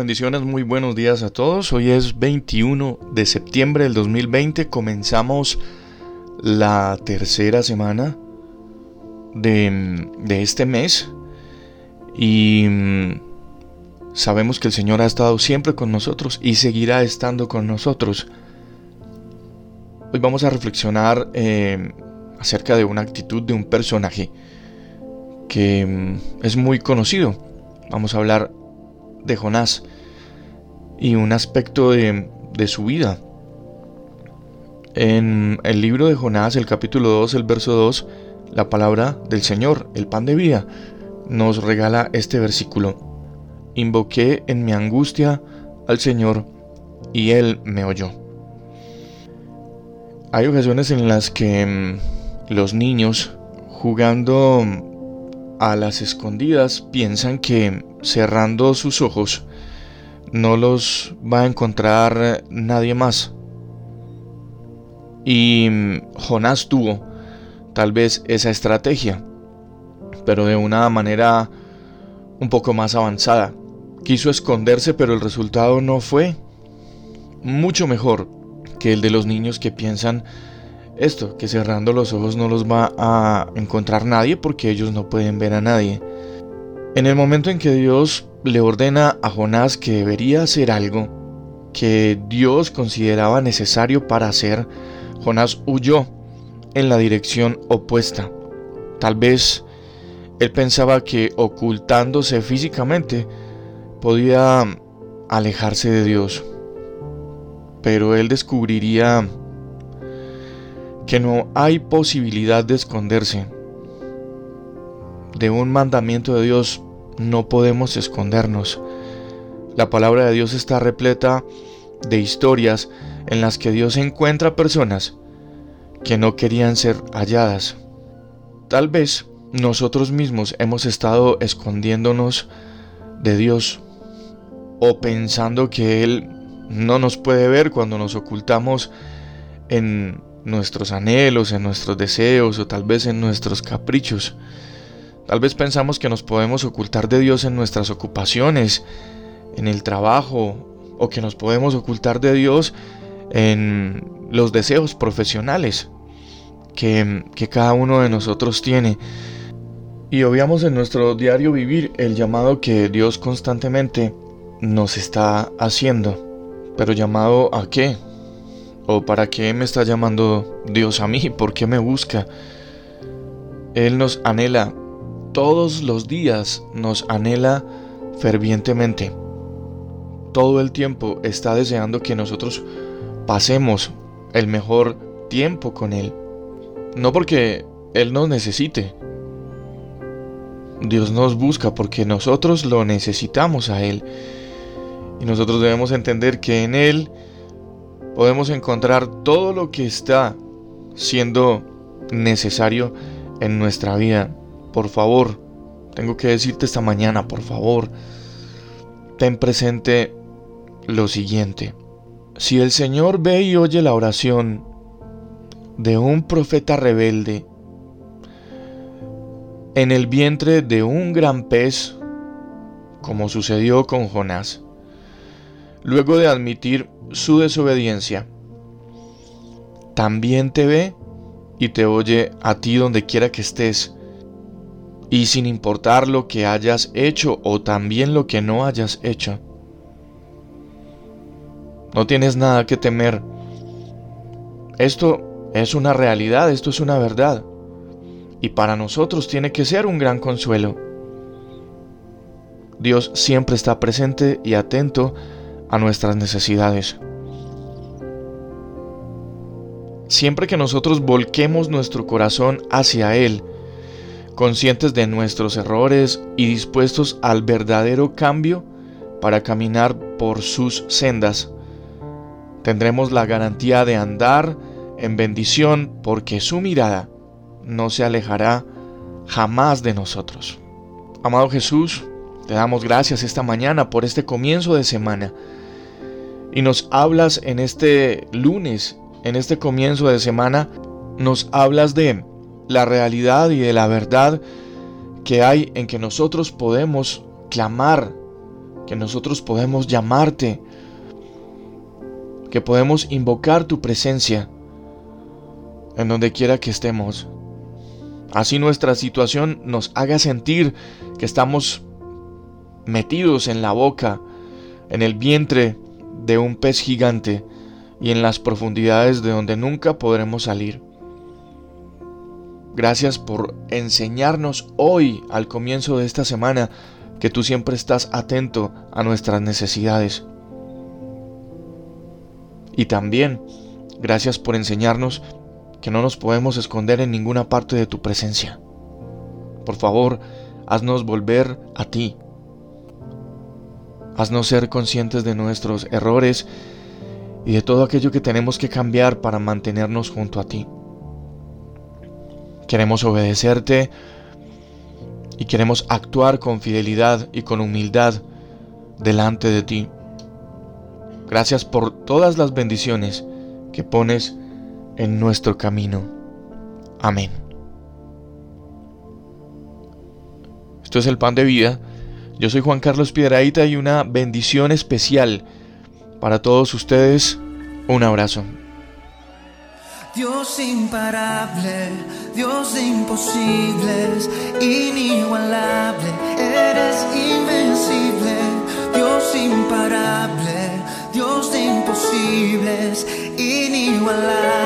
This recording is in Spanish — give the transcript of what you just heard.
bendiciones, muy buenos días a todos. Hoy es 21 de septiembre del 2020. Comenzamos la tercera semana de este mes y sabemos que el Señor ha estado siempre con nosotros y seguirá estando con nosotros. Hoy vamos a reflexionar acerca de una actitud de un personaje que es muy conocido. Vamos a hablar de Jonás y un aspecto de su vida. En el libro de Jonás, el capítulo 2, el verso 2, la palabra del Señor, el pan de vida, nos regala este versículo: invoqué en mi angustia al Señor y Él me oyó. Hay ocasiones en las que los niños, jugando a las escondidas, piensan que cerrando sus ojos no los va a encontrar nadie más. Y Jonás tuvo tal vez esa estrategia, pero de una manera un poco más avanzada. Quiso esconderse, pero el resultado no fue mucho mejor que el de los niños que piensan esto, que cerrando los ojos no los va a encontrar nadie porque ellos no pueden ver a nadie. En el momento en que Dios le ordena a Jonás que debería hacer algo que Dios consideraba necesario para hacer, Jonás huyó en la dirección opuesta. Tal vez él pensaba que ocultándose físicamente podía alejarse de Dios, pero él descubriría que no hay posibilidad de esconderse. De un mandamiento de Dios no podemos escondernos. La palabra de Dios está repleta de historias en las que Dios encuentra personas que no querían ser halladas. Tal vez nosotros mismos hemos estado escondiéndonos de Dios o pensando que Él no nos puede ver cuando nos ocultamos en nuestros anhelos, en nuestros deseos o tal vez en nuestros caprichos. Tal vez pensamos que nos podemos ocultar de Dios en nuestras ocupaciones, en el trabajo, o que nos podemos ocultar de Dios en los deseos profesionales que cada uno de nosotros tiene. Y obviamos en nuestro diario vivir el llamado que Dios constantemente nos está haciendo. ¿Pero llamado a qué? ¿O para qué me está llamando Dios a mí? ¿Por qué me busca? Él nos anhela todos los días, nos anhela fervientemente. Todo el tiempo está deseando que nosotros pasemos el mejor tiempo con Él. No porque Él nos necesite. Dios nos busca porque nosotros lo necesitamos a Él. Y nosotros debemos entender que en Él podemos encontrar todo lo que está siendo necesario en nuestra vida. Por favor, tengo que decirte esta mañana, por favor, ten presente lo siguiente. Si el Señor ve y oye la oración de un profeta rebelde en el vientre de un gran pez, como sucedió con Jonás, luego de admitir su desobediencia, también te ve y te oye a ti donde quiera que estés, y sin importar lo que hayas hecho o también lo que no hayas hecho. No tienes nada que temer. Esto es una realidad, esto es una verdad, y para nosotros tiene que ser un gran consuelo. Dios siempre está presente y atento a nuestras necesidades. Siempre que nosotros volquemos nuestro corazón hacia Él, conscientes de nuestros errores y dispuestos al verdadero cambio para caminar por sus sendas, tendremos la garantía de andar en bendición porque su mirada no se alejará jamás de nosotros. Amado Jesús, te damos gracias esta mañana por este comienzo de semana. Y nos hablas en este lunes, en este comienzo de semana, nos hablas de la realidad y de la verdad que hay en que nosotros podemos clamar que nosotros podemos llamarte, que podemos invocar tu presencia en donde quiera que estemos. Así nuestra situación nos haga sentir que estamos metidos en la boca, en el vientre de un pez gigante y en las profundidades de donde nunca podremos salir. Gracias por enseñarnos hoy, al comienzo de esta semana, que tú siempre estás atento a nuestras necesidades. Y también, gracias por enseñarnos que no nos podemos esconder en ninguna parte de tu presencia. Por favor, haznos volver a ti. Haznos ser conscientes de nuestros errores y de todo aquello que tenemos que cambiar para mantenernos junto a ti. Queremos obedecerte y queremos actuar con fidelidad y con humildad delante de ti. Gracias por todas las bendiciones que pones en nuestro camino. Amén. Esto es el Pan de Vida. Yo soy Juan Carlos Piedrahita y una bendición especial para todos ustedes. Un abrazo. Dios imparable, Dios de imposibles, inigualable, eres invencible. Dios imparable, Dios de imposibles, inigualable.